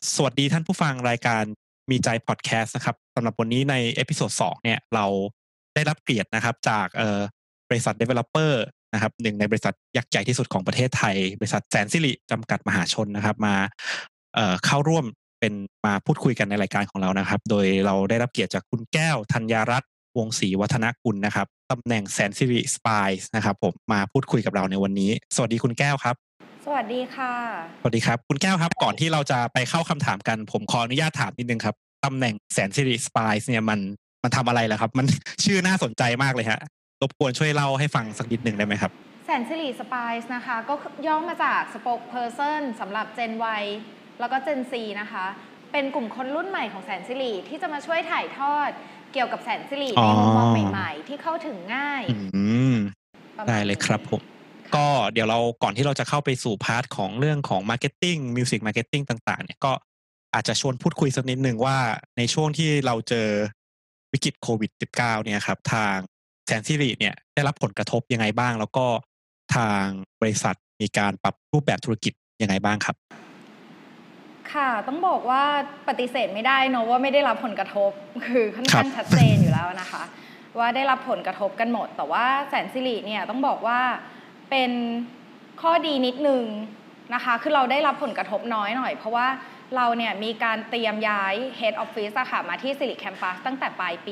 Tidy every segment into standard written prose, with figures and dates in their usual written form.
สวัสดีท่านผู้ฟังรายการมีใจพอดแคสต์นะครับสำหรับวันนี้ในเอพิโซด2เนี่ยเราได้รับเกียรตินะครับจากบริษัท Developer นะครับหนึ่งในบริษัทยักษ์ใหญ่ที่สุดของประเทศไทยบริษัทแสนสิริจำกัดมหาชนนะครับมาเข้าร่วมเป็นมาพูดคุยกันในรายการของเรานะครับโดยเราได้รับเกียรติจากคุณแก้วธัญญารัตน์วงศ์ศรีวัฒนกุลนะครับตำแหน่งแสนสิริสปายส์นะครับผมมาพูดคุยกับเราในวันนี้สวัสดีคุณแก้วครับสวัสดีค่ะสวัสดีครับคุณแก้วครับก่อนที่เราจะไปเข้าคำถามกันผมขออนุญาตถามนิดนึงครับตำแหน่งแสนสิริสปายส์เนี่ยมันทำอะไรล่ะครับมันชื่อน่าสนใจมากเลยฮะรบกวนช่วยเล่าให้ฟังสักนิดหนึ่งได้ไหมครับแสนสิริสปายส์นะคะก็ย่อมาจาก Spokesperson สำหรับ Gen Y แล้วก็ Gen Z นะคะเป็นกลุ่มคนรุ่นใหม่ของแสนสิริที่จะมาช่วยถ่ายทอดเกี่ยวกับแสนสิริในมุมมองใหม่ๆที่เข้าถึงง่ายได้เลยครับผมก็เดี๋ยวเราก่อนที่เราจะเข้าไปสู่พาร์ทของเรื่องของ Marketing Music Marketing ต่างๆเนี่ยก็อาจจะชวนพูดคุยสักนิดหนึ่งว่าในช่วงที่เราเจอวิกฤตโควิด -19 เนี่ยครับทางแสนสิริเนี่ยได้รับผลกระทบยังไงบ้างแล้วก็ทางบริษัทมีการปรับรูปแบบธุรกิจยังไงบ้างครับค่ะต้องบอกว่าปฏิเสธไม่ได้เนอะว่าไม่ได้รับผลกระทบคือค่อนข้างชัดเจนอยู่แล้วนะคะว่าได้รับผลกระทบกันหมดแต่ว่าแสนสิริเนี่ยต้องบอกว่าเป็นข้อดีนิดนึงนะคะคือเราได้รับผลกระทบน้อยหน่อยเพราะว่าเราเนี่ยมีการเตรียมย้าย Head Office อะค่ะมาที่สิริแคมปัสตั้งแต่ปลายปี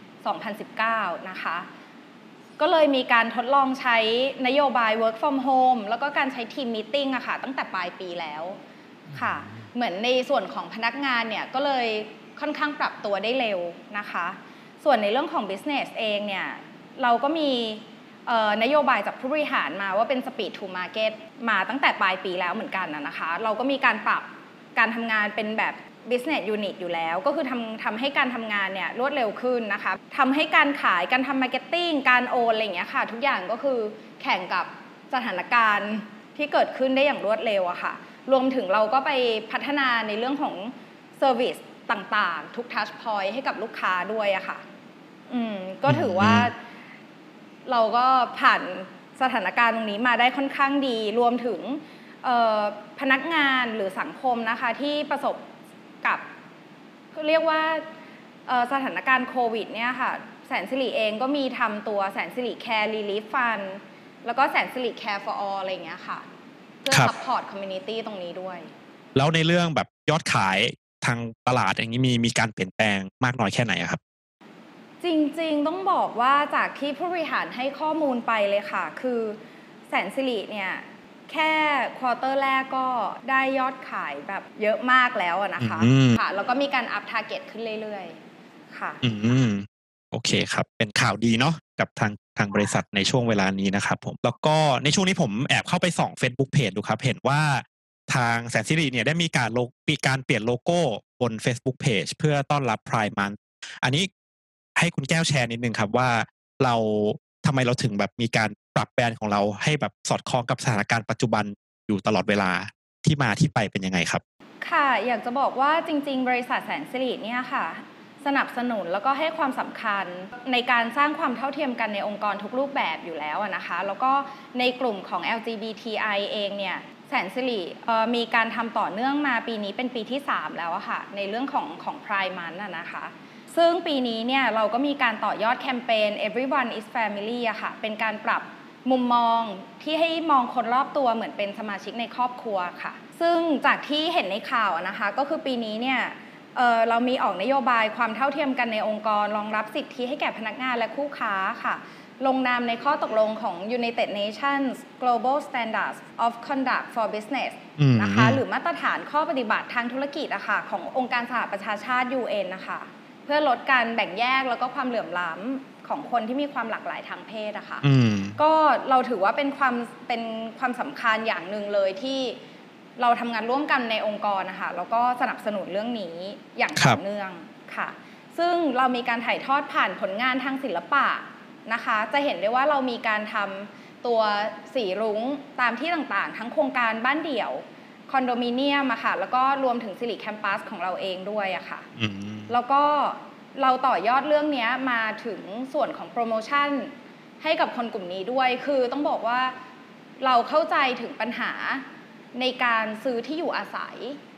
2019 นะคะก็เลยมีการทดลองใช้นโยบาย Work from Home แล้วก็การใช้ Team Meeting อะค่ะตั้งแต่ปลายปีแล้วค่ะเหมือนในส่วนของพนักงานเนี่ยก็เลยค่อนข้างปรับตัวได้เร็วนะคะส่วนในเรื่องของ Business เองเนี่ยเราก็มีนโยบายจากผู้บริหารมาว่าเป็น Speed to Market มาตั้งแต่ปลายปีแล้วเหมือนกันนะคะเราก็มีการปรับการทำงานเป็นแบบ Business Unit อยู่แล้วก็คือทำให้การทำงานเนี่ยรวดเร็วขึ้นนะคะทำให้การขายการทำ Marketing การโอนอะไรอย่างเงี้ยค่ะทุกอย่างก็คือแข่งกับสถานการณ์ที่เกิดขึ้นได้อย่างรวดเร็วอะค่ะรวมถึงเราก็ไปพัฒนาในเรื่องของ Service ต่างๆทุก Touch Point ให้กับลูกค้าด้วยอะค่ะก็ถือว่าเราก็ผ่านสถานการณ์ตรงนี้มาได้ค่อนข้างดีรวมถึงพนักงานหรือสังคมนะคะที่ประสบกับเรียกว่าสถานการณ์โควิดเนี่ยค่ะแสนสิริเองก็มีทำตัวแสนสิริแคร์รีลีฟฟันแล้วก็แสนสิริแคร์ for all อะไรอย่างเงี้ยค่ะเพื่อ support community ตรงนี้ด้วยแล้วในเรื่องแบบยอดขายทางตลาดอย่างนี้มีการเปลี่ยนแปลงมากน้อยแค่ไหนครับจริงๆต้องบอกว่าจากที่ผู้บริหารให้ข้อมูลไปเลยค่ะคือแสนสิริเนี่ยแค่ควอเตอร์แรกก็ได้ยอดขายแบบเยอะมากแล้วนะคะค่ะแล้วก็มีการอัพทาร์เก็ตขึ้นเรื่อยๆค่ะโอเคครับเป็นข่าวดีเนาะกับทางบริษัทในช่วงเวลานี้นะครับผมแล้วก็ในช่วงนี้ผมแอบเข้าไปส่อง Facebook Page ดูครับเห็นว่าทางแสนสิริเนี่ยได้มีการเปลี่ยนโลโก้บน Facebook Page เพื่อต้อนรับ Pride Month อันนี้ให้คุณแก้วแชร์นิดนึงครับว่าเราทำไมเราถึงแบบมีการปรับแบรนด์ของเราให้แบบสอดคล้องกับสถานการณ์ปัจจุบันอยู่ตลอดเวลาที่มาที่ไปเป็นยังไงครับค่ะอยากจะบอกว่าจริงๆบริษัทแสนสิริเนี่ยค่ะสนับสนุนแล้วก็ให้ความสำคัญในการสร้างความเท่าเทียมกันในองค์กรทุกรูปแบบอยู่แล้วนะคะแล้วก็ในกลุ่มของ LGBTI เองเนี่ยแสนสิริมีการทำต่อเนื่องมาปีนี้เป็นปีที่3แล้วอะค่ะในเรื่องของ Pride Month นะคะซึ่งปีนี้เนี่ยเราก็มีการต่อยอดแคมเปญ Everyone is Family อะค่ะเป็นการปรับมุมมองที่ให้มองคนรอบตัวเหมือนเป็นสมาชิกในครอบครัวค่ะซึ่งจากที่เห็นในข่าวนะคะก็คือปีนี้เนี่ยเรามีออกนโยบายความเท่าเทียมกันในองค์กรรองรับสิทธิให้แก่พนักงานและคู่ค้าค่ะลงนามในข้อตกลงของ United Nations Global Standards of Conduct for Business นะคะหรือมาตรฐานข้อปฏิบัติทางธุรกิจอะค่ะขององค์การสหประชาชาติ UN นะคะเพื่อลดการแบ่งแยกแล้วก็ความเหลื่อมล้ำของคนที่มีความหลากหลายทางเพศอะค่ะก็เราถือว่าเป็นความสำคัญอย่างหนึ่งเลยที่เราทำงานร่วมกันในองค์กรนะคะแล้วก็สนับสนุนเรื่องนี้อย่างต่อเนื่องค่ะซึ่งเรามีการถ่ายทอดผ่านผลงานทางศิลปะนะคะจะเห็นได้ว่าเรามีการทำตัวสีรุ้งตามที่ต่างๆทั้งโครงการบ้านเดี่ยวคอนโดมิเนียมอะค่ะแล้วก็รวมถึงสิริแคมปัสของเราเองด้วยอะค่ะแล้วก็เราต่อยอดเรื่องนี้มาถึงส่วนของโปรโมชั่นให้กับคนกลุ่มนี้ด้วยคือต้องบอกว่าเราเข้าใจถึงปัญหาในการซื้อที่อยู่อาศัย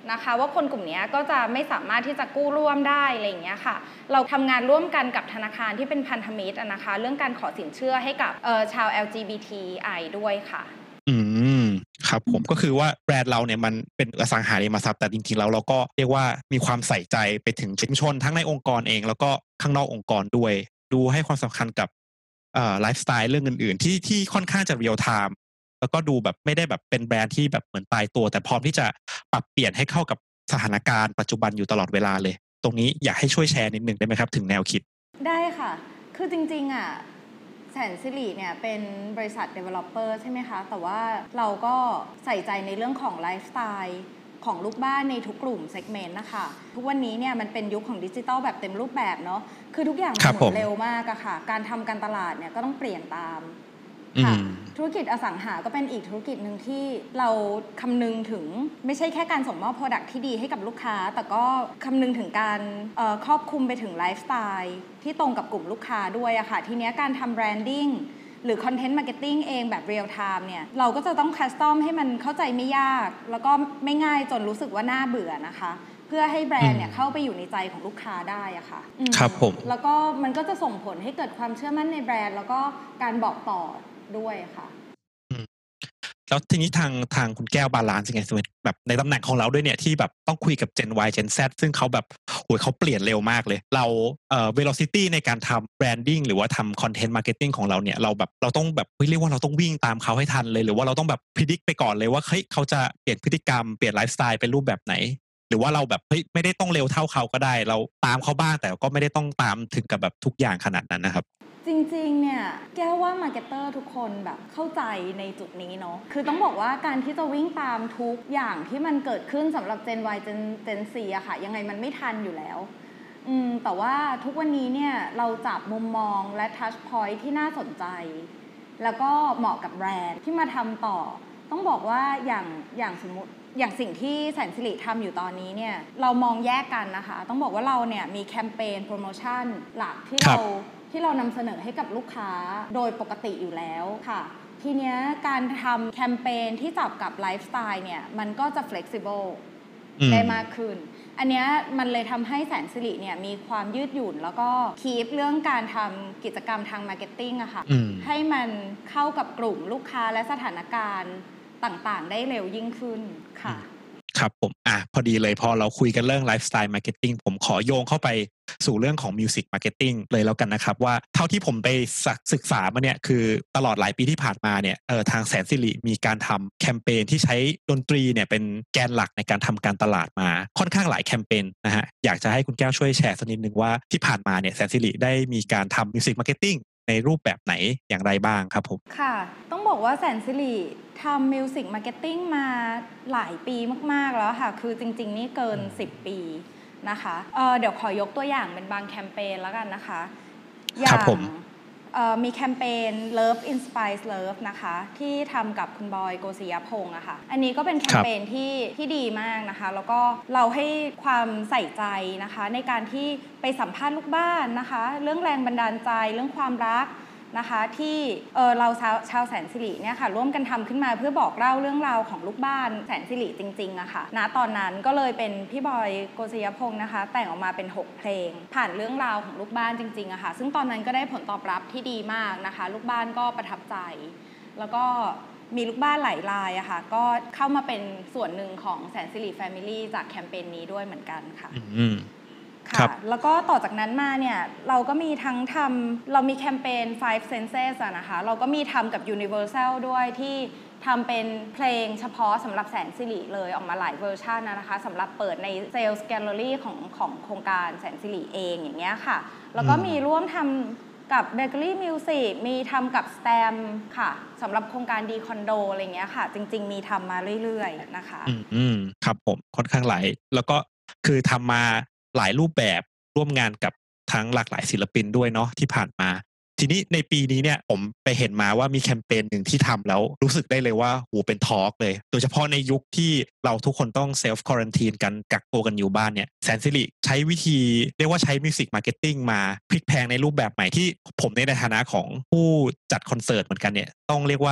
นะคะว่าคนกลุ่มนี้ก็จะไม่สามารถที่จะกู้ร่วมได้อะไรอย่างเงี้ยค่ะเราทำงานร่วมกันกับธนาคารที่เป็นพันธมิตรนะคะเรื่องการขอสินเชื่อให้กับชาว LGBTI ด้วยค่ะครับผมก็คือว่าแบรนด์เราเนี่ยมันเป็นอสังหาริมทรัพย์แต่จริงๆแล้วเราก็เรียกว่ามีความใส่ใจไปถึงชุมชนทั้งในองค์กรเองแล้วก็ข้างนอกองค์กรด้วยดูให้ความสำคัญกับไลฟ์สไตล์เรื่องอื่นๆที่ค่อนข้างจะเรียลไทม์แล้วก็ดูแบบไม่ได้แบบเป็นแบรนด์ที่แบบเหมือนตายตัวแต่พร้อมที่จะปรับเปลี่ยนให้เข้ากับสถานการณ์ปัจจุบันอยู่ตลอดเวลาเลยตรงนี้อยากให้ช่วยแชร์นิดนึงได้ไหมครับถึงแนวคิดได้ค่ะคือจริงๆแสนสิริเนี่ยเป็นบริษัท developer ใช่ไหมคะแต่ว่าเราก็ใส่ใจในเรื่องของไลฟ์สไตล์ของลูกบ้านในทุกกลุ่มเซกเมนต์นะคะทุกวันนี้เนี่ยมันเป็นยุคของดิจิทัลแบบเต็มรูปแบบเนาะคือทุกอย่างมันหมุนเร็วมากอะค่ะการทำการตลาดเนี่ยก็ต้องเปลี่ยนตามค่ะธุรกิจอสังหาก็เป็นอีกธุรกิจหนึ่งที่เราคำนึงถึงไม่ใช่แค่การส่งมอบ product ที่ดีให้กับลูกค้าแต่ก็คำนึงถึงการครอบคลุมไปถึงไลฟ์สไตล์ที่ตรงกับกลุ่มลูกค้าด้วยอะค่ะทีนี้การทำแบรนดิ้งหรือ content marketing เองแบบ real time เนี่ยเราก็จะต้อง custom ให้มันเข้าใจไม่ยากแล้วก็ไม่ง่ายจนรู้สึกว่าน่าเบื่อนะคะเพื่อให้แบรนด์เนี่ยเข้าไปอยู่ในใจของลูกค้าได้อะค่ะครับผมแล้วก็มันก็จะส่งผลให้เกิดความเชื่อมั่นในแบรนด์แล้วก็การบอกต่อด้วยค่ะแล้วทีนี้ทางคุณแก้วบาลานซ์ยังไงสมมติแบบในตำแหน่งของเราด้วยเนี่ยที่แบบต้องคุยกับ Gen Y Gen Z ซึ่งเขาแบบโหเขาเปลี่ยนเร็วมากเลยเราvelocity ในการทำ branding หรือว่าทำ content marketing ของเราเนี่ยเราต้องแบบเรียกว่าเราต้องวิ่งตามเขาให้ทันเลยหรือว่าเราต้องแบบ predict ไปก่อนเลยว่าเฮ้ยเขาจะเปลี่ยนพฤติกรรมเปลี่ยนไลฟ์สไตล์เป็นรูปแบบไหนหรือว่าเราแบบเฮ้ยไม่ได้ต้องเร็วเท่าเขาก็ได้เราตามเขาบ้างแต่ก็ไม่ได้ต้องตามถึงกับแบบทุกอย่างขนาดนั้นนะครับจริงๆเนี่ยแก้วว่ามาร์เก็ตเตอร์ทุกคนแบบเข้าใจในจุดนี้เนาะคือต้องบอกว่าการที่จะวิ่งตามทุกอย่างที่มันเกิดขึ้นสำหรับ Gen Y Gen Z อะค่ะยังไงมันไม่ทันอยู่แล้วแต่ว่าทุกวันนี้เนี่ยเราจับมุมมองและ touch point ที่น่าสนใจแล้วก็เหมาะกับแบรนด์ที่มาทำต่อต้องบอกว่าอย่างสมมติอย่างสิ่งที่แสนสิริทำอยู่ตอนนี้เนี่ยเรามองแยกกันนะคะต้องบอกว่าเราเนี่ยมีแคมเปญโปรโมชั่นหลักที่เรานำเสนอให้กับลูกค้าโดยปกติอยู่แล้วค่ะทีเนี้ยการทำแคมเปญที่จับกับไลฟ์สไตล์เนี่ยมันก็จะ flexible ได้มากขึ้นอันเนี้ยมันเลยทำให้แสนสิริเนี่ยมีความยืดหยุ่นแล้วก็คีปเรื่องการทำกิจกรรมทางมาร์เก็ตติ้งอะค่ะให้มันเข้ากับกลุ่มลูกค้าและสถานการณ์ต่างๆได้เร็วยิ่งขึ้นค่ะครับผมพอดีเลยพอเราคุยกันเรื่องไลฟ์สไตล์มาร์เก็ตติ้งผมขอโยงเข้าไปสู่เรื่องของมิวสิกมาร์เก็ตติ้งเลยแล้วกันนะครับว่าเท่าที่ผมไปศึกษามาเนี่ยคือตลอดหลายปีที่ผ่านมาเนี่ยทางแสนสิริมีการทำแคมเปญที่ใช้ดนตรีเนี่ยเป็นแกนหลักในการทำการตลาดมาค่อนข้างหลายแคมเปญนะฮะอยากจะให้คุณแก้วช่วยแชร์สักนิดนึงว่าที่ผ่านมาเนี่ยแสนสิริได้มีการทำมิวสิกมาร์เก็ตติ้งในรูปแบบไหนอย่างไรบ้างครับผมค่ะต้องบอกว่าแสนสิริทำมิวสิกมาร์เก็ตติ้งมาหลายปีมากๆแล้วค่ะคือจริงๆนี่เกิน10ปีนะคะเดี๋ยวขอยกตัวอย่างเป็นบางแคมเปญแล้วกันนะคะอย่างมีแคมเปญ Love Inspires Love นะคะที่ทำกับคุณบอยโกศิยพงศ์อะค่ะอันนี้ก็เป็นแคมเปญที่ดีมากนะคะแล้วก็เราให้ความใส่ใจนะคะในการที่ไปสัมภาษณ์ลูกบ้านนะคะเรื่องแรงบันดาลใจเรื่องความรักนะคะที่เราชาวแสนสิริเนี่ยค่ะร่วมกันทำขึ้นมาเพื่อบอกเล่าเรื่องราวของลูกบ้านแสนสิริจริงๆอะค่ะณตอนนั้นก็เลยเป็นพี่บอยโกศิยพงศ์นะคะแต่งออกมาเป็น6เพลงผ่านเรื่องราวของลูกบ้านจริงๆอะค่ะซึ่งตอนนั้นก็ได้ผลตอบรับที่ดีมากนะคะลูกบ้านก็ประทับใจแล้วก็มีลูกบ้านหลายรายอะค่ะก็เข้ามาเป็นส่วนหนึ่งของแสนสิริแฟมิลี่จากแคมเปญนี้ด้วยเหมือนกันค่ะค่ะแล้วก็ต่อจากนั้นมาเนี่ยเราก็มีทั้งเรามีแคมเปญ Five Senses นะคะเราก็มีทำกับ Universal ด้วยที่ทำเป็นเพลงเฉพาะสำหรับแสนสิริเลยออกมาหลายเวอร์ชันนะคะสำหรับเปิดใน Sales Gallery ของโครงการแสนสิริเองอย่างเงี้ยค่ะแล้วก็มีร่วมทำกับ Bakery Music มีทำกับ Stam ค่ะสำหรับโครงการดีคอนโดอะไรเงี้ยค่ะจริงๆมีทำมาเรื่อยๆนะคะครับผมค่อนข้างหลายแล้วก็คือทำมาหลายรูปแบบร่วมงานกับทั้งหลากหลายศิลปินด้วยเนาะที่ผ่านมาทีนี้ในปีนี้เนี่ยผมไปเห็นมาว่ามีแคมเปญหนึ่งที่ทำแล้วรู้สึกได้เลยว่าโหเป็นทอล์กเลยโดยเฉพาะในยุคที่เราทุกคนต้องเซลฟ์ควอรันทีนกันกักตัวกันอยู่บ้านเนี่ยแสนสิริใช้วิธีเรียกว่าใช้มิวสิกมาร์เก็ตติ้งมาพลิกแพลงในรูปแบบใหม่ที่ผมในฐานะของผู้จัดคอนเสิร์ตเหมือนกันเนี่ยต้องเรียกว่า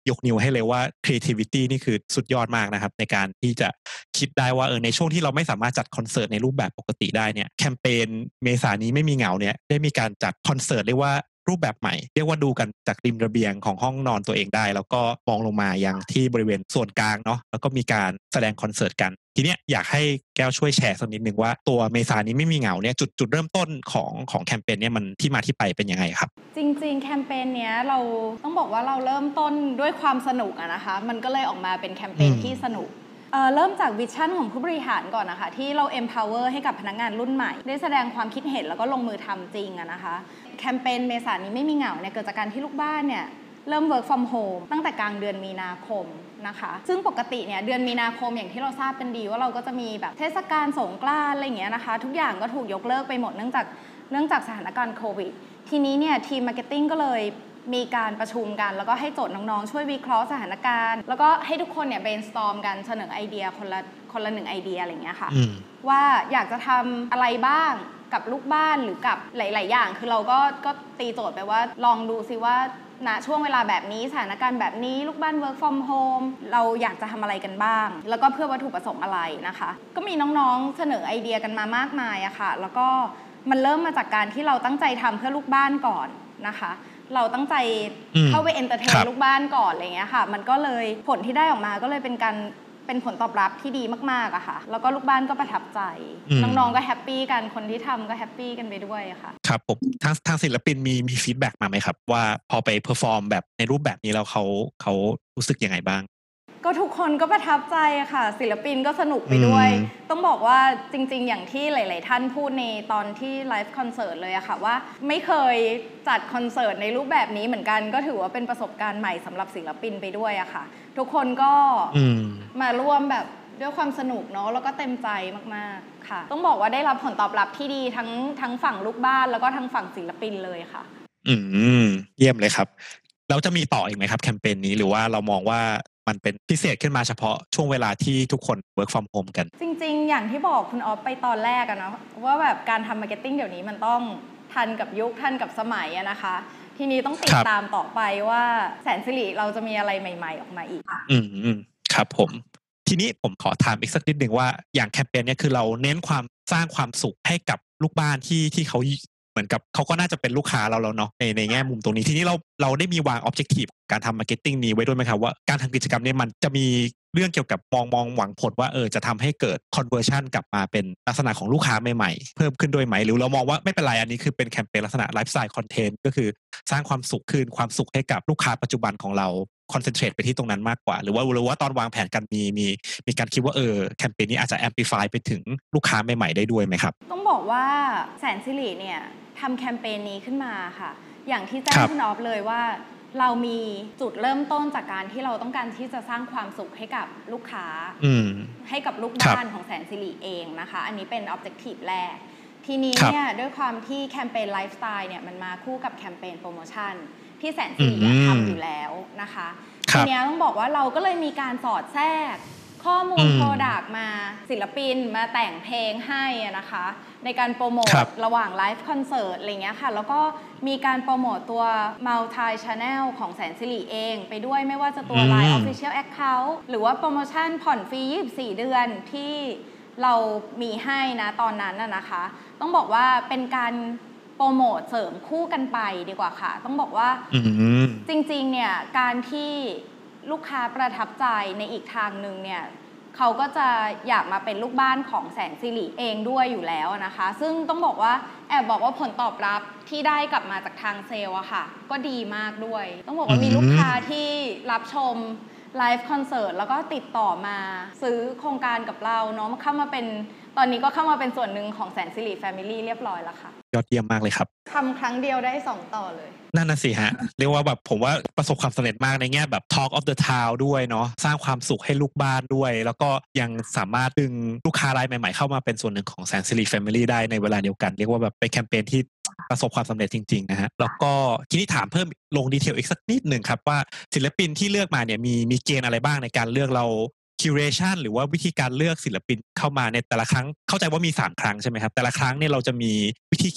ยกนิ้วให้เลยว่า creativity นี่คือสุดยอดมากนะครับในการที่จะคิดได้ว่าในช่วงที่เราไม่สามารถจัดคอนเสิร์ตในรูปแบบปกติได้เนี่ยแคมเปญเมษายนนี้ไม่มีเหงาเนี่ยได้มีการจัดคอนเสิร์ตเรียกว่ารูปแบบใหม่เรียกว่าดูกันจากริมระเบียงของห้องนอนตัวเองได้แล้วก็มองลงมายังที่บริเวณส่วนกลางเนาะแล้วก็มีการแสดงคอนเสิร์ตกันทีเนี้ยอยากให้แก้วช่วยแชร์สักนิดนึงว่าตัวเมษายนนี้ไม่มีเหงาเนี่ยจุดเริ่มต้นของแคมเปญเนี่ยมันที่มาที่ไปเป็นยังไงครับจริงๆแคมเปญเนี้ยเราต้องบอกว่าเราเริ่มต้นด้วยความสนุกนะคะมันก็เลยออกมาเป็นแคมเปญที่สนุกเริ่มจากวิชั่นของผู้บริหารก่อนนะคะที่เรา empower ให้กับพนักงานรุ่นใหม่ได้แสดงความคิดเห็นแล้วก็ลงมือทำจริงนะคะแคมเปญเมษายนนี้ไม่มีเหงาเนี่ยเกิดจากการที่ลูกบ้านเนี่ยเริ่ม work from home ตั้งแต่กลางเดือนมีนาคมนะคะซึ่งปกติเนี่ยเดือนมีนาคมอย่างที่เราทราบกันดีว่าเราก็จะมีแบบเทศกาลสงกรานต์อะไรอย่างเงี้ยนะคะทุกอย่างก็ถูกยกเลิกไปหมดเนื่องจากสถานการณ์โควิดทีนี้เนี่ยทีมมาร์เก็ตติ้งก็เลยมีการประชุมกันแล้วก็ให้โจทย์น้องๆช่วยวิเคราะห์สถานการณ์แล้วก็ให้ทุกคนเนี่ย brainstorm กันเสนอไอเดียคนละ1ไอเดียอะไรอย่างเงี้ยค่ะว่าอยากจะทำอะไรบ้างกับลูกบ้านหรือกับหลายๆอย่างคือเราก็ตีโจทย์ไปว่าลองดูซิว่าณช่วงเวลาแบบนี้สถานการณ์แบบนี้ลูกบ้าน work from home เราอยากจะทำอะไรกันบ้างแล้วก็เพื่อวัตถุประสงค์อะไรนะคะก็มีน้องๆเสนอไอเดียกันมามากมายอะค่ะแล้วก็มันเริ่มมาจากการที่เราตั้งใจทำเพื่อลูกบ้านก่อนนะคะเราตั้งใจเข้าไปเอนเตอร์เทนลูกบ้านก่อนอะไรเงี้ยค่ะมันก็เลยผลที่ได้ออกมาก็เลยเป็นผลตอบรับที่ดีมากๆอะค่ะแล้วก็ลูกบ้านก็ประทับใจน้องๆก็แฮปปี้กันคนที่ทำก็แฮปปี้กันไปด้วยค่ะครับผมทางศิลปินมีฟีดแบ็กมาไหมครับว่าพอไปเพอร์ฟอร์มแบบในรูปแบบนี้แล้วเขารู้สึกยังไงบ้างก็ทุกคนก็ประทับใจค่ะศิลปินก็สนุกไปด้วยต้องบอกว่าจริงๆอย่างที่หลายๆท่านพูดในตอนที่ไลฟ์คอนเสิร์ตเลยอะค่ะว่าไม่เคยจัดคอนเสิร์ตในรูปแบบนี้เหมือนกันก็ถือว่าเป็นประสบการณ์ใหม่สำหรับศิลปินไปด้วยอะค่ะทุกคนก็มาร่วมแบบด้วยความสนุกเนาะแล้วก็เต็มใจมากๆค่ะต้องบอกว่าได้รับผลตอบรับที่ดีทั้งฝั่งลูกบ้านแล้วก็ทั้งฝั่งศิลปินเลยค่ะเยี่ยมเลยครับแล้วจะมีต่ออีกไหมครับแคมเปญนี้หรือว่าเรามองว่ามันเป็นพิเศษขึ้นมาเฉพาะช่วงเวลาที่ทุกคน work from home กันจริงๆอย่างที่บอกคุณออฟไปตอนแรกอะนะว่าแบบการทำมาร์เก็ตติ้งเดี๋ยวนี้มันต้องทันกับยุคทันกับสมัยอะนะคะทีนี้ต้องติดตามต่อไปว่าแสนสิริเราจะมีอะไรใหม่ๆออกมาอีกครับผมทีนี้ผมขอถามอีกสักนิดนึงว่าอย่างแคมเปญนี้คือเราเน้นความสร้างความสุขให้กับลูกบ้านที่เขาเหมือนกับเขาก็น่าจะเป็นลูกค้าเราแล้วเนาะในแง่มุมตรงนี้ทีนี้เราได้มีวาง objective การทำ marketing นี้ไว้ด้วยไหมครับว่าการทำกิจกรรมนี้มันจะมีเรื่องเกี่ยวกับมองหวังผลว่าจะทำให้เกิด conversion กลับมาเป็นลักษณะของลูกค้าใหม่ๆเพิ่มขึ้นด้วยไหมหรือเรามองว่าไม่เป็นไรอันนี้คือเป็นแคมเปญลักษณะ lifestyle content ก็คือสร้างความสุขคืนความสุขให้กับลูกค้าปัจจุบันของเราคอนเซนเทรตไปที่ตรงนั้นมากกว่าหรือว่าตอนวางแผนกันมีการคิดว่าแคมเปญนี้อาจจะ amplify ไปถึงลูกค้าใหม่ๆได้ด้วยไหมครับต้องบอกว่าแสนสิริเนี่ยทำแคมเปญนี้ขึ้นมาค่ะอย่างที่แจ้งคุณออฟเลยว่าเรามีจุดเริ่มต้นจากการที่เราต้องการที่จะสร้างความสุขให้กับลูกค้าให้กับลูกบ้านของแสนสิริเองนะคะอันนี้เป็น objective แรกทีนี้เนี่ยด้วยความที่แคมเปญไลฟ์สไตล์เนี่ยมันมาคู่กับแคมเปญโปรโมชั่นที่แสนสิริทำอยู่แล้วนะคะทีนี้ต้องบอกว่าเราก็เลยมีการสอดแทรกข้อมูล Product มาศิลปินมาแต่งเพลงให้นะคะในการโปรโมทระหว่างไลฟ์คอนเสิร์ตอะไรเงี้ยค่ะแล้วก็มีการโปรโมทตัว Multi Channel ของแสนสิริเองไปด้วยไม่ว่าจะตัว Line Official Account หรือว่าโปรโมชั่นผ่อนฟรี24เดือนที่เรามีให้นะตอนนั้นนะคะต้องบอกว่าเป็นการโปรโมทเสริมคู่กันไปดีกว่าค่ะต้องบอกว่าจริงๆเนี่ยการที่ลูกค้าประทับใจในอีกทางนึงเนี่ยเขาก็จะอยากมาเป็นลูกบ้านของแสนสิริเองด้วยอยู่แล้วนะคะซึ่งต้องบอกว่าบอกว่าผลตอบรับที่ได้กลับมาจากทางเซลล์อะค่ะก็ดีมากด้วยต้องบอกว่ามีลูกค้าที่รับชมไลฟ์คอนเสิร์ตแล้วก็ติดต่อมาซื้อโครงการกับเราเนาะเข้ามาเป็นตอนนี้ก็เข้ามาเป็นส่วนหนึ่งของแสนสิริแฟมิลี่เรียบร้อยแล้วค่ะยอดเยี่ยมมากเลยครับทำครั้งเดียวได้2ต่อเลยนั่นน่ะสิฮะเรียกว่าแบบผมว่าประสบความสำเร็จมากในแง่แบบ Talk of the Town ด้วยเนาะสร้างความสุขให้ลูกบ้านด้วยแล้วก็ยังสามารถดึงลูกค้ารายใหม่ๆเข้ามาเป็นส่วนหนึ่งของแสนสิริแฟมิลี่ได้ในเวลาเดียวกันเรียกว่าแบบเป็นแคมเปญที่ประสบความสำเร็จจริงๆนะฮะแล้วก็ทีนี้ถามเพิ่มลงดีเทลอีกสักนิดหนึ่งครับว่าศิลปินที่เลือกมาเนี่ยมีเกณฑ์อะไรบ้างในการเลือกเราcuration หรือว่าวิธีการเลือกศิลปินเข้ามาในแต่ละครั้งเข้าใจว่ามี3ครั้งใช่ไหมครับแต่ละครั้งเนี่ยเราจะมีวิธีคิด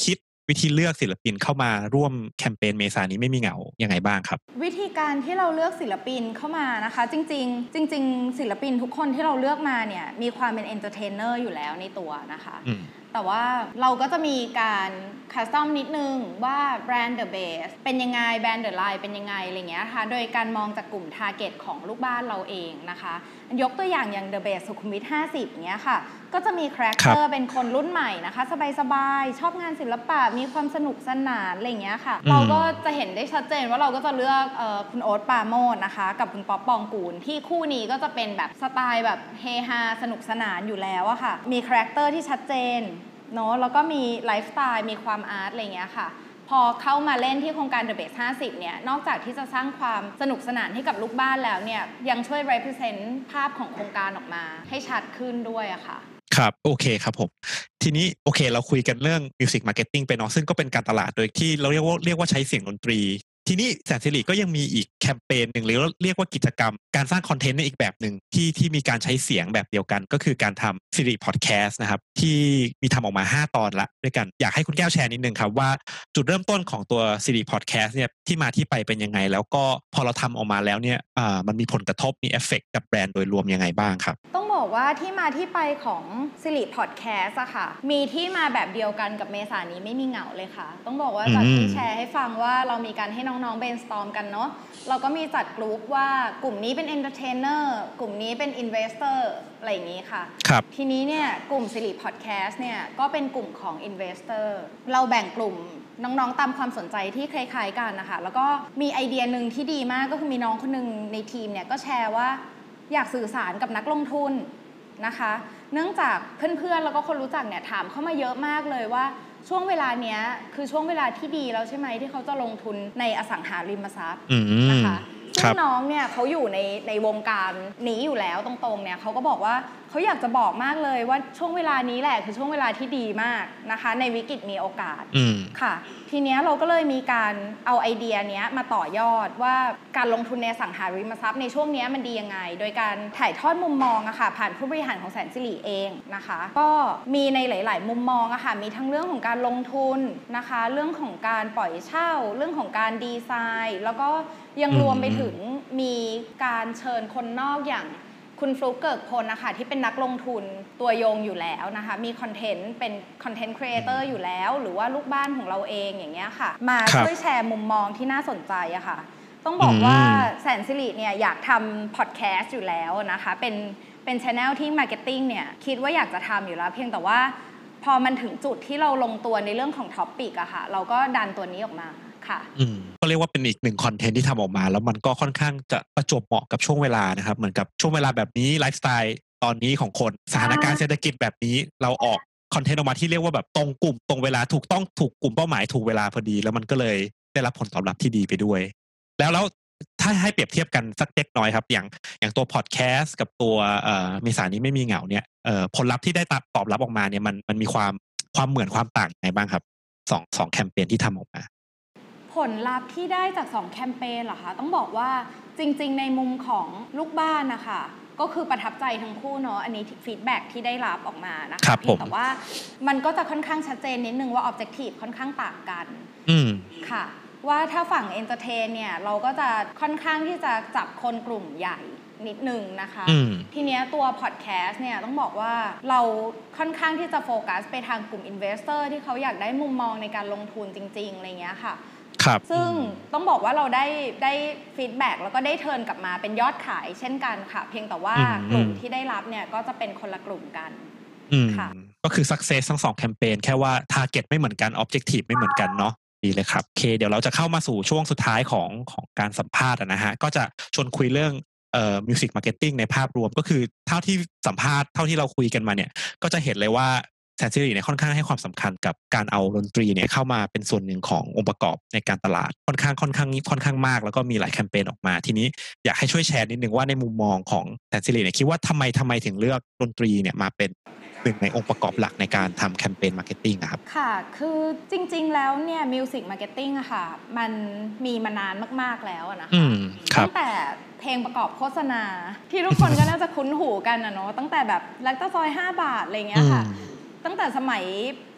วิธีเลือกศิลปินเข้ามาร่วมแคมเปญเมษายนนี้ไม่มีเหงายังไงบ้างครับวิธีการที่เราเลือกศิลปินเข้ามานะคะจริงศิลปินทุกคนที่เราเลือกมาเนี่ยมีความเป็นเอนเตอร์เทนเนอร์อยู่แล้วในตัวนะคะแต่ว่าเราก็จะมีการคัสตอมนิดนึงว่าแบรนด์เดอะเบสเป็นยังไงแบรนด์เดอะไลน์เป็นยังไงอะไรเงี้ยค่ะโดยการมองจากกลุ่มทาร์เก็ตของลูกบ้านเราเองนะคะยกตัวอย่างเดอะเบสสุขุมวิท50เงี้ยค่ะก็จะมีคาแรคเตอร์เป็นคนรุ่นใหม่นะคะสบายๆชอบงานศิลปะมีความสนุกสนานอะไรเงี้ยค่ะเราก็จะเห็นได้ชัดเจนว่าเราก็จะเลือกคุณโอ๊ตปราโมชนะคะกับคุณป๊อปปองกูลที่คู่นี้ก็จะเป็นแบบสไตล์แบบเฮฮาสนุกสนานอยู่แล้วอะค่ะมีคาแรคเตอร์ที่ชัดเจนเนาะแล้วก็มีไลฟ์สไตล์มีความอาร์ตอะไรเงี้ยค่ะพอเข้ามาเล่นที่โครงการ The Base 50เนี่ยนอกจากที่จะสร้างความสนุกสนานให้กับลูกบ้านแล้วเนี่ยยังช่วย represent ภาพของโครงการออกมาให้ชัดขึ้นด้วยอะค่ะครับโอเคครับผมทีนี้โอเคเราคุยกันเรื่อง Music Marketing ไปเนาะซึ่งก็เป็นการตลาดโดยที่เราเรียกว่าใช้เสียงดนตรีทีนี้แสนสิริก็ยังมีอีกแคมเปญหนึ่งหรือเรียกว่ากิจกรรมการสร้างคอนเทนต์ในอีกแบบหนึ่งที่มีการใช้เสียงแบบเดียวกันก็คือการทำสิริพอดแคสต์นะครับที่มีทำออกมา5 ตอนละด้วยกันอยากให้คุณแก้วแชร์นิดนึงครับว่าจุดเริ่มต้นของตัวสิริพอดแคสต์เนี่ยที่มาที่ไปเป็นยังไงแล้วก็พอเราทำออกมาแล้วเนี่ยมันมีผลกระทบมีเอฟเฟกต์กับแบรนด์โดยรวมยังไงบ้างครับต้องบอกว่าที่มาที่ไปของสิริพอดแคสต์อะค่ะมีที่มาแบบเดียวกันกับเมษายนนี้ไม่มีเหงาเลยค่ะต้องบอกว่าจากที่แชร์ให้ฟังว่าเรามีการให้น้องๆ brainstorm กันเนาะเราก็มีจัดกลุ่มว่ากลุ่มนี้เป็น entertainer กลุ่มนี้เป็น investor อะไรอย่างนี้ค่ะครับทีนี้เนี่ยกลุ่มสิริพอดแคสต์เนี่ยก็เป็นกลุ่มของ investor เราแบ่งกลุ่มน้องๆตามความสนใจที่คล้ายๆกันนะคะแล้วก็มีไอเดียนึงที่ดีมากก็คือมีน้องคนนึงในทีมเนี่ยก็แชร์ว่าอยากสื่อสารกับนักลงทุนนะคะเนื่องจากเพื่อนๆแล้วก็คนรู้จักเนี่ยถามเข้ามาเยอะมากเลยว่าช่วงเวลาเนี้ยคือช่วงเวลาที่ดีแล้วใช่ไหมที่เขาจะลงทุนในอสังหาริมทรัพย์นะคะซึ่งน้องเนี่ยเขาอยู่ในวงการนี้อยู่แล้วตรงๆเนี่ยเขาก็บอกว่าเขาอยากจะบอกมากเลยว่าช่วงเวลานี้แหละคือช่วงเวลาที่ดีมากนะคะในวิกฤตมีโอกาสค่ะทีเนี้ยเราก็เลยมีการเอาไอเดียเนี้ยมาต่อยอดว่าการลงทุนในอสังหาริมทรัพย์ในช่วงนี้มันดียังไงโดยการถ่ายทอดมุมมองอะค่ะผ่านผู้บริหารของแสนสิริเองนะคะก็มีในหลายๆมุมมองอะค่ะมีทั้งเรื่องของการลงทุนนะคะเรื่องของการปล่อยเช่าเรื่องของการดีไซน์แล้วก็ยังรวมไปถึงมีการเชิญคนนอกอย่างคุณฟลุ๊กเกิกพลนะคะที่เป็นนักลงทุนตัวยงอยู่แล้วนะคะมีคอนเทนต์เป็นคอนเทนต์ครีเอเตอร์อยู่แล้วหรือว่าลูกบ้านของเราเองอย่างเงี้ยค่ะมาช่วยแชร์มุมมองที่น่าสนใจอะค่ะต้องบอกว่าแสนสิริเนี่ยอยากทำพอดแคสต์อยู่แล้วนะคะเป็น channel ที่ marketing เนี่ยคิดว่าอยากจะทำอยู่แล้วเพียงแต่ว่าพอมันถึงจุดที่เราลงตัวในเรื่องของท็อปปิกอะค่ะเราก็ดันตัวนี้ออกมาค่ะก็เรียกว่าเป็นอีกหนึ่งคอนเทนต์ที่ทำออกมาแล้วมันก็ค่อนข้างจะประจวบเหมาะกับช่วงเวลานะครับเหมือนกับช่วงเวลาแบบนี้ไลฟ์สไตล์ตอนนี้ของคนสถานการณ์เศรษฐกิจแบบนี้เราออกคอนเทนต์ออกมาที่เรียกว่าแบบตรงกลุ่มตรงเวลาถูกต้องถูกกลุ่มเป้าหมายถูกเวลาพอดีแล้วมันก็เลยได้รับผลตอบรับที่ดีไปด้วยแล้วถ้าให้เปรียบเทียบกันสักเล็กน้อยครับอย่างตัวพอดแคสต์กับตัวเมษายนนี้ไม่มีเหงาเนี่ยผลลัพธ์ที่ได้ตอบรับออกมาเนี่ยมันมีความเหมือนความต่างยังไงบ้างครับสองแคมเปญที่ทำออกมาผลลัพธ์ที่ได้จาก2แคมเปญเหรอคะต้องบอกว่าจริงๆในมุมของลูกบ้านนะคะก็คือประทับใจทั้งคู่เนาะอันนี้ฟีดแบ็กที่ได้รับออกมานะคะแต่ว่ามันก็จะค่อนข้างชัดเจนนิดนึงว่าออบเจกตีฟค่อนข้างต่างกันค่ะว่าถ้าฝั่งเอนเตอร์เทนเนี่ยเราก็จะค่อนข้างที่จะจับคนกลุ่มใหญ่นิดนึงนะคะทีเนี้ยตัวพอดแคสต์เนี่ยต้องบอกว่าเราค่อนข้างที่จะโฟกัสไปทางกลุ่มอินเวสเตอร์ที่เขาอยากได้มุมมองในการลงทุนจริงๆอะไรเงี้ยค่ะซึ่งต้องบอกว่าเราได้ฟีดแบ็กแล้วก็ได้เทิร์นกลับมาเป็นยอดขายเช่นกันค่ะเพียงแต่ว่ากลุ่มที่ได้รับเนี่ยก็จะเป็นคนละกลุ่มกันค่ะก็คือ success ทั้ง2แคมเปญแค่ว่า target ไม่เหมือนกัน objective ไม่เหมือนกันเนาะดีเลยครับโอเคเดี๋ยวเราจะเข้ามาสู่ช่วงสุดท้ายของการสัมภาษณ์นะฮะก็จะชวนคุยเรื่องmusic marketing ในภาพรวมก็คือเท่าที่สัมภาษณ์เท่าที่เราคุยกันมาเนี่ยก็จะเห็นเลยว่าแสนสิริเนี่ยค่อนข้างให้ความสำคัญกับการเอาดนตรีเนี่ยเข้ามาเป็นส่วนหนึ่งขององค์ประกอบในการตลาดค่อนข้างมากแล้วก็มีหลายแคมเปญออกมาทีนี้อยากให้ช่วยแชร์นิดนึงว่าในมุมมองของแสนสิริเนี่ยคิดว่าทำไมถึงเลือกดนตรีเนี่ยมาเป็นหนึ่งในองค์ประกอบหลักในการทำแคมเปญมาร์เก็ตติ้งครับค่ะคือจริงๆแล้วเนี่ยมิวสิกมาร์เก็ตติ้งอะค่ะมันมีมานานมากๆแล้วนะคะตั้งแต่เพลงประกอบโฆษณาที่ทุกคนก็น่าจะคุ้นหูกันนะเนาะตั้งแต่แบบแลคตาซอย5 บาทอะไรเงี้ยค่ะตั้งแต่สมัย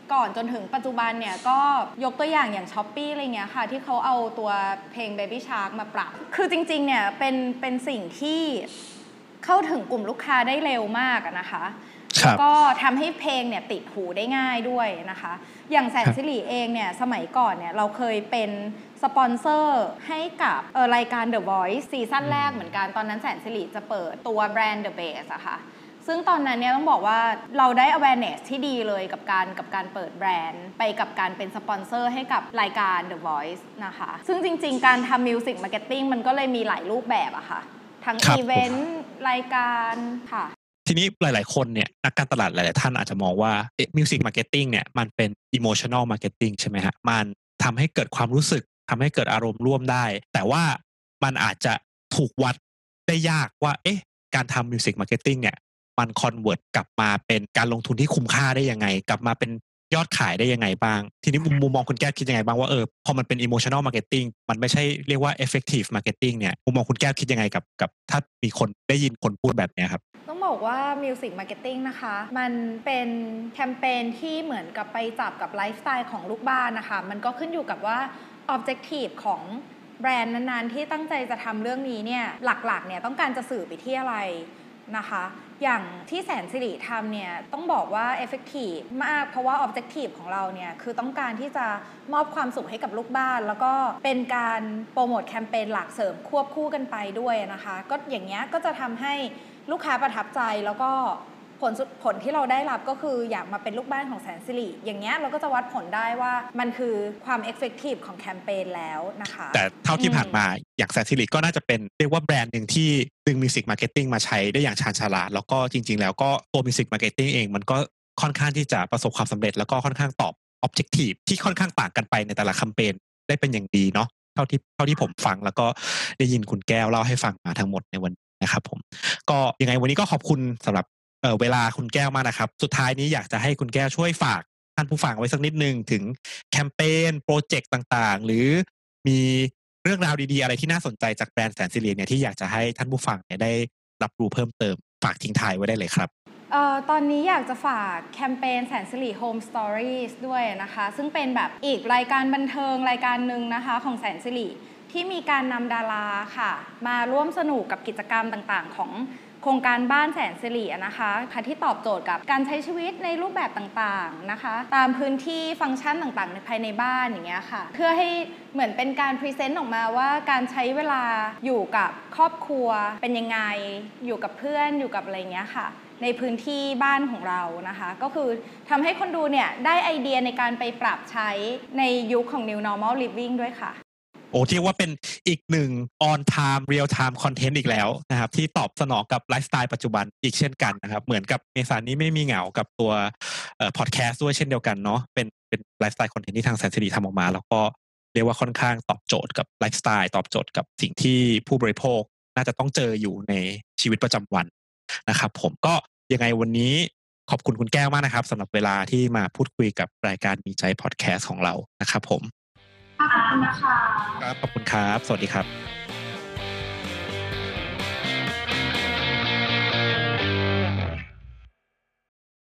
ก่อนจนถึงปัจจุบันเนี่ยก็ยกตัวอย่าง Shopee อะไรเงี้ยค่ะที่เขาเอาตัวเพลง Baby Shark มาปรับคือจริงๆเนี่ยเป็นสิ่งที่เข้าถึงกลุ่มลูกค้าได้เร็วมากนะคะแล้วก็ทำให้เพลงเนี่ยติดหูได้ง่ายด้วยนะคะอย่างแสนสิริเองเนี่ยสมัยก่อนเนี่ยเราเคยเป็นสปอนเซอร์ให้กับรายการ The Voice ซีซั่นแรกเหมือนกันตอนนั้นแสนสิริจะเปิดตัวแบรนด์ The Base อะค่ะซึ่งตอนนั้นเนี่ยต้องบอกว่าเราได้ awareness ที่ดีเลยกับการเปิดแบรนด์ไปกับการเป็นสปอนเซอร์ให้กับรายการ The Voice นะคะซึ่งจริงๆการทำ Music Marketing มันก็เลยมีหลายรูปแบบอะค่ะทั้งอีเวนต์รายการค่ะทีนี้หลายๆคนเนี่ยนักการตลาดหลายๆท่านอาจจะมองว่าMusic Marketing เนี่ยมันเป็น Emotional Marketing ใช่ไหมฮะมันทำให้เกิดความรู้สึกทำให้เกิดอารมณ์ร่วมได้แต่ว่ามันอาจจะถูกวัดได้ยากว่าการทำ Music Marketing เนี่ยมันคอนเวิร์ตกลับมาเป็นการลงทุนที่คุ้มค่าได้ยังไงกลับมาเป็นยอดขายได้ยังไงบ้างทีนี้มุมมองคุณแก้วคิดยังไงบ้างว่าพอมันเป็น emotional marketing มันไม่ใช่เรียกว่า effective marketing เนี่ยมุมมองคุณแก้วคิดยังไงกับถ้ามีคนได้ยินคนพูดแบบนี้ครับต้องบอกว่า Music Marketing นะคะมันเป็นแคมเปญที่เหมือนกับไปจับกับไลฟ์สไตล์ของลูกบ้านนะคะมันก็ขึ้นอยู่กับว่า objective ของแบรนด์นั้นๆที่ตั้งใจจะทำเรื่องนี้เนี่ยหลักๆเนี่ยต้องการจะสื่อไปที่อะไรนะคะอย่างที่แสนสิริทำเนี่ยต้องบอกว่า effective มากเพราะว่า objective ของเราเนี่ยคือต้องการที่จะมอบความสุขให้กับลูกบ้านแล้วก็เป็นการโปรโมทแคมเปญหลักเสริมควบคู่กันไปด้วยนะคะก็อย่างเงี้ยก็จะทำให้ลูกค้าประทับใจแล้วก็ผลที่เราได้รับก็คืออยากมาเป็นลูกบ้านของแสนสิริอย่างเงี้ยเราก็จะวัดผลได้ว่ามันคือความ effective ของแคมเปญแล้วนะคะแต่เท่าที่ผ่านมาอย่างแสนสิริก็น่าจะเป็นเรียกว่าแบรนด์หนึ่งที่ดึง Music Marketing มาใช้ได้อย่างชาญฉลาดแล้วก็จริงๆแล้วก็ตัว Music Marketing เองมันก็ค่อนข้างที่จะประสบความสำเร็จแล้วก็ค่อนข้างตอบ Objective ที่ค่อนข้างต่างกันไปในแต่ละแคมเปญได้เป็นอย่างดีเนาะเท่าที่ผมฟังแล้วก็ได้ยินคุณแก้วเล่าให้ฟังมาทั้งหมดในวันนี้นะครับผมก็ยังไงวันนี้ก็ขอบคุณสำหรับเวลาคุณแก้วมากนะครับสุดท้ายนี้อยากจะให้คุณแก้วช่วยฝากท่านผู้ฟังไว้สักนิดนึงถึงแคมเปญโปรเจกต์ต่างๆหรือมีเรื่องราวดีๆอะไรที่น่าสนใจจากแบรนด์แสนสิริเนี่ยที่อยากจะให้ท่านผู้ฟังเนี่ยได้รับรู้เพิ่มเติมฝากทิ้งท้ายไว้ได้เลยครับตอนนี้อยากจะฝากแคมเปญแสนสิริ Home Stories ด้วยนะคะซึ่งเป็นแบบอีกรายการบันเทิงรายการหนึ่งนะคะของแสนสิริที่มีการนำดาราค่ะมาร่วมสนุกกับกิจกรรมต่างๆของโครงการบ้านแสนสิรินะคะที่ตอบโจทย์กับการใช้ชีวิตในรูปแบบต่างๆนะคะตามพื้นที่ฟังก์ชันต่างๆภายในบ้านอย่างเงี้ยค่ะเพื่อให้เหมือนเป็นการพรีเซนต์ออกมาว่าการใช้เวลาอยู่กับครอบครัวเป็นยังไงอยู่กับเพื่อนอยู่กับอะไรเงี้ยค่ะในพื้นที่บ้านของเรานะคะก็คือทำให้คนดูเนี่ยได้ไอเดียในการไปปรับใช้ในยุคของ New Normal Living ด้วยค่ะเรียกว่าเป็นอีกหนึ่ง on time real time content อีกแล้วนะครับที่ตอบสนองกับไลฟ์สไตล์ปัจจุบันอีกเช่นกันนะครับเหมือนกับเมษายนนี้ไม่มีเหงากับตัวพอดแคสต์ด้วยเช่นเดียวกันเนาะเป็นไลฟ์สไตล์คอนเทนต์ที่ทางแสนสิริทำออกมาแล้วก็เรียกว่าค่อนข้างตอบโจทย์กับไลฟ์สไตล์ตอบโจทย์กับสิ่งที่ผู้บริโภคน่าจะต้องเจออยู่ในชีวิตประจำวันนะครับผมก็ยังไงวันนี้ขอบคุณคุณแก้วมากนะครับสำหรับเวลาที่มาพูดคุยกับรายการมีใจพอดแคสต์ของเรานะครับผมขอบคุณนะคะครับขอบคุณครับสวัสดีครับ